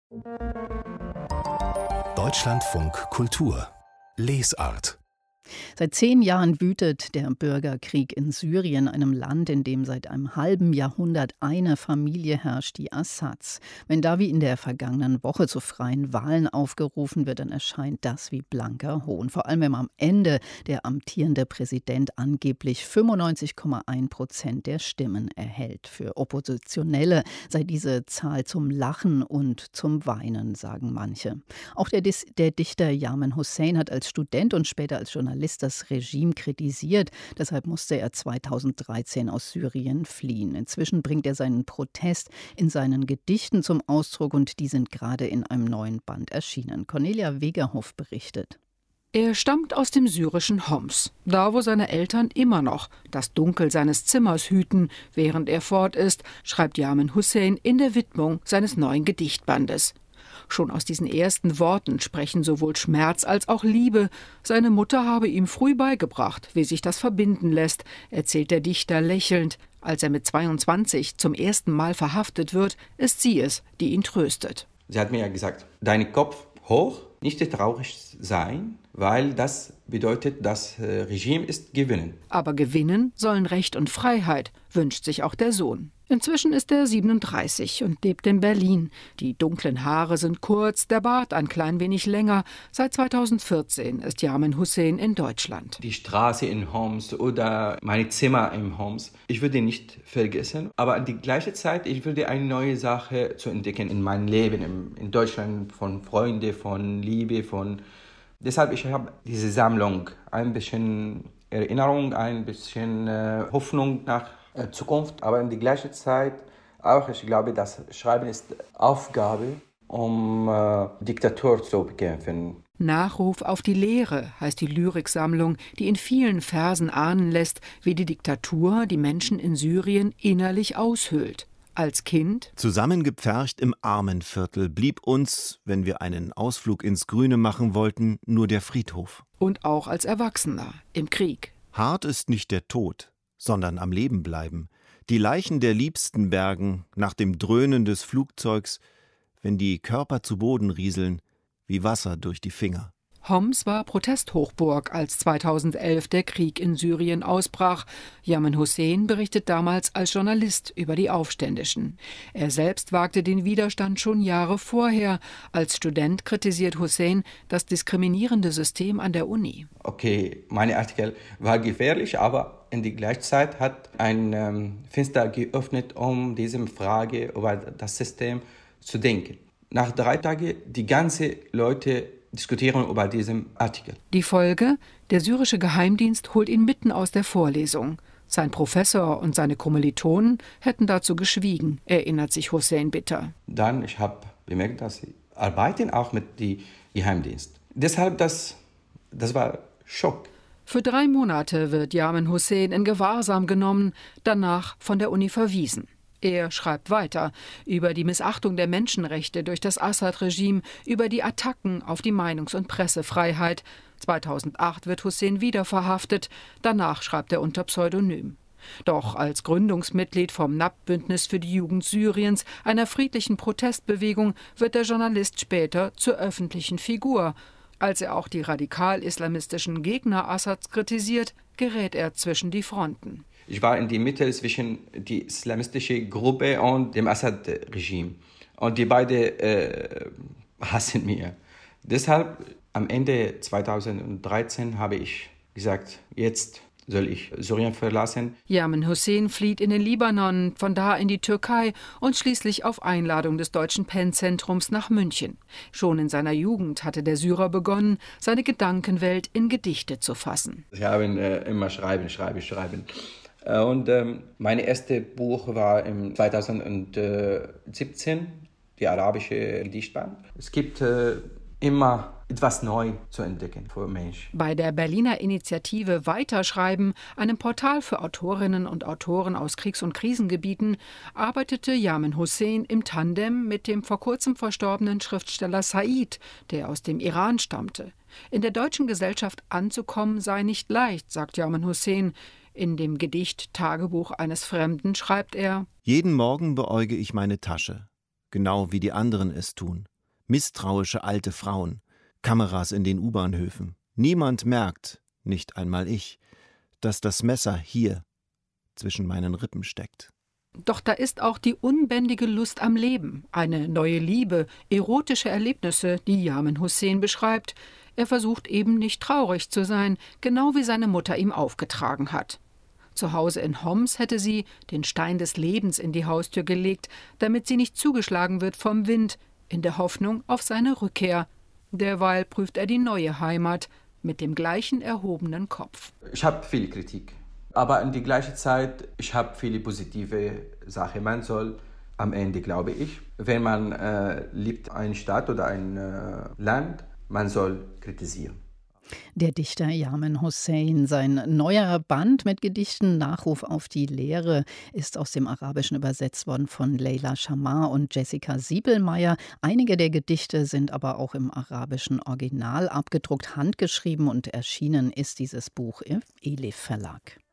Deutschlandfunk Kultur Lesart. Seit 10 Jahren wütet der Bürgerkrieg in Syrien, einem Land, in dem seit einem halben Jahrhundert eine Familie herrscht, die Assads. Wenn da wie in der vergangenen Woche zu freien Wahlen aufgerufen wird, dann erscheint das wie blanker Hohn. Vor allem, wenn am Ende der amtierende Präsident angeblich 95,1% der Stimmen erhält. Für Oppositionelle sei diese Zahl zum Lachen und zum Weinen, sagen manche. Auch der Dichter Yamen Hussein hat als Student und später als Journalist das Regime kritisiert. Deshalb musste er 2013 aus Syrien fliehen. Inzwischen bringt er seinen Protest in seinen Gedichten zum Ausdruck und die sind gerade in einem neuen Band erschienen. Cornelia Wegerhoff berichtet. Er stammt aus dem syrischen Homs, da wo seine Eltern immer noch das Dunkel seines Zimmers hüten, während er fort ist, schreibt Yamen Hussein in der Widmung seines neuen Gedichtbandes. Schon aus diesen ersten Worten sprechen sowohl Schmerz als auch Liebe. Seine Mutter habe ihm früh beigebracht, wie sich das verbinden lässt, erzählt der Dichter lächelnd. Als er mit 22 zum ersten Mal verhaftet wird, ist sie es, die ihn tröstet. Sie hat mir ja gesagt, dein Kopf hoch, nicht traurig sein, weil das bedeutet, das Regime ist gewinnen. Aber gewinnen sollen Recht und Freiheit, wünscht sich auch der Sohn. Inzwischen ist er 37 und lebt in Berlin. Die dunklen Haare sind kurz, der Bart ein klein wenig länger. Seit 2014 ist Yamen Hussein in Deutschland. Die Straße in Homs oder meine Zimmer im Homs, ich würde nicht vergessen. Aber an die gleiche Zeit, ich würde eine neue Sache zu entdecken in meinem Leben in Deutschland, von Freunden, von Liebe, Deshalb ich habe diese Sammlung, ein bisschen Erinnerung, ein bisschen Hoffnung nach Zukunft, aber in die gleiche Zeit auch, ich glaube, das Schreiben ist Aufgabe, um Diktatur zu bekämpfen. Nachruf auf die Lehre heißt die Lyriksammlung, die in vielen Versen ahnen lässt, wie die Diktatur die Menschen in Syrien innerlich aushöhlt. Als Kind zusammengepfercht im Armenviertel blieb uns, wenn wir einen Ausflug ins Grüne machen wollten, nur der Friedhof. Und auch als Erwachsener im Krieg. Hart ist nicht der Tod, sondern am Leben bleiben. Die Leichen der Liebsten bergen, nach dem Dröhnen des Flugzeugs, wenn die Körper zu Boden rieseln, wie Wasser durch die Finger. Homs war Protesthochburg, als 2011 der Krieg in Syrien ausbrach. Yamen Hussein berichtet damals als Journalist über die Aufständischen. Er selbst wagte den Widerstand schon Jahre vorher. Als Student kritisiert Hussein das diskriminierende System an der Uni. Okay, meine Artikel war gefährlich, aber in die gleiche Zeit hat ein Fenster geöffnet, um diese Frage über das System zu denken. Nach 3 Tagen, die ganzen Leute diskutieren über diesen Artikel. Die Folge? Der syrische Geheimdienst holt ihn mitten aus der Vorlesung. Sein Professor und seine Kommilitonen hätten dazu geschwiegen, erinnert sich Hussein bitter. Dann, ich habe bemerkt, dass sie arbeiten auch mit dem Geheimdienst. Deshalb, das war Schock. Für 3 Monate wird Yamen Hussein in Gewahrsam genommen, danach von der Uni verwiesen. Er schreibt weiter über die Missachtung der Menschenrechte durch das Assad-Regime, über die Attacken auf die Meinungs- und Pressefreiheit. 2008 wird Hussein wieder verhaftet, danach schreibt er unter Pseudonym. Doch als Gründungsmitglied vom NAP-Bündnis für die Jugend Syriens, einer friedlichen Protestbewegung, wird der Journalist später zur öffentlichen Figur. Als er auch die radikal-islamistischen Gegner Assads kritisiert, gerät er zwischen die Fronten. Ich war in der Mitte zwischen die islamistische Gruppe und dem Assad-Regime. Und die beiden hassen mich. Deshalb am Ende 2013 habe ich gesagt, jetzt soll ich Syrien verlassen. Yamen Hussein flieht in den Libanon, von da in die Türkei und schließlich auf Einladung des Deutschen Pennzentrums nach München. Schon in seiner Jugend hatte der Syrer begonnen, seine Gedankenwelt in Gedichte zu fassen. Ich habe immer schreiben. Und mein erstes Buch war im 2017, die arabische Gedichtband. Es gibt immer etwas neu zu entdecken für Menschen. Bei der Berliner Initiative Weiterschreiben, einem Portal für Autorinnen und Autoren aus Kriegs- und Krisengebieten, arbeitete Yamen Hussein im Tandem mit dem vor kurzem verstorbenen Schriftsteller Said, der aus dem Iran stammte. In der deutschen Gesellschaft anzukommen sei nicht leicht, sagt Yamen Hussein. In dem Gedicht Tagebuch eines Fremden schreibt er: Jeden Morgen beäuge ich meine Tasche, genau wie die anderen es tun. misstrauische alte Frauen, Kameras in den U-Bahnhöfen. Niemand merkt, nicht einmal ich, dass das Messer hier zwischen meinen Rippen steckt. Doch da ist auch die unbändige Lust am Leben, eine neue Liebe, erotische Erlebnisse, die Yamen Hussein beschreibt. Er versucht eben nicht traurig zu sein, genau wie seine Mutter ihm aufgetragen hat. Zu Hause in Homs hätte sie den Stein des Lebens in die Haustür gelegt, damit sie nicht zugeschlagen wird vom Wind, in der Hoffnung auf seine Rückkehr. Derweil prüft er die neue Heimat mit dem gleichen erhobenen Kopf. Ich habe viel Kritik, aber in die gleiche Zeit, ich habe viele positive Sachen. Man soll am Ende, glaube ich, wenn man liebt eine Stadt oder ein Land, man soll kritisieren. Der Dichter Yamen Hussein. Sein neuer Band mit Gedichten Nachruf auf die Lehre ist aus dem Arabischen übersetzt worden von Leila Shamar und Jessica Siebelmeier. Einige der Gedichte sind aber auch im arabischen Original abgedruckt, handgeschrieben, und erschienen ist dieses Buch im Elif Verlag.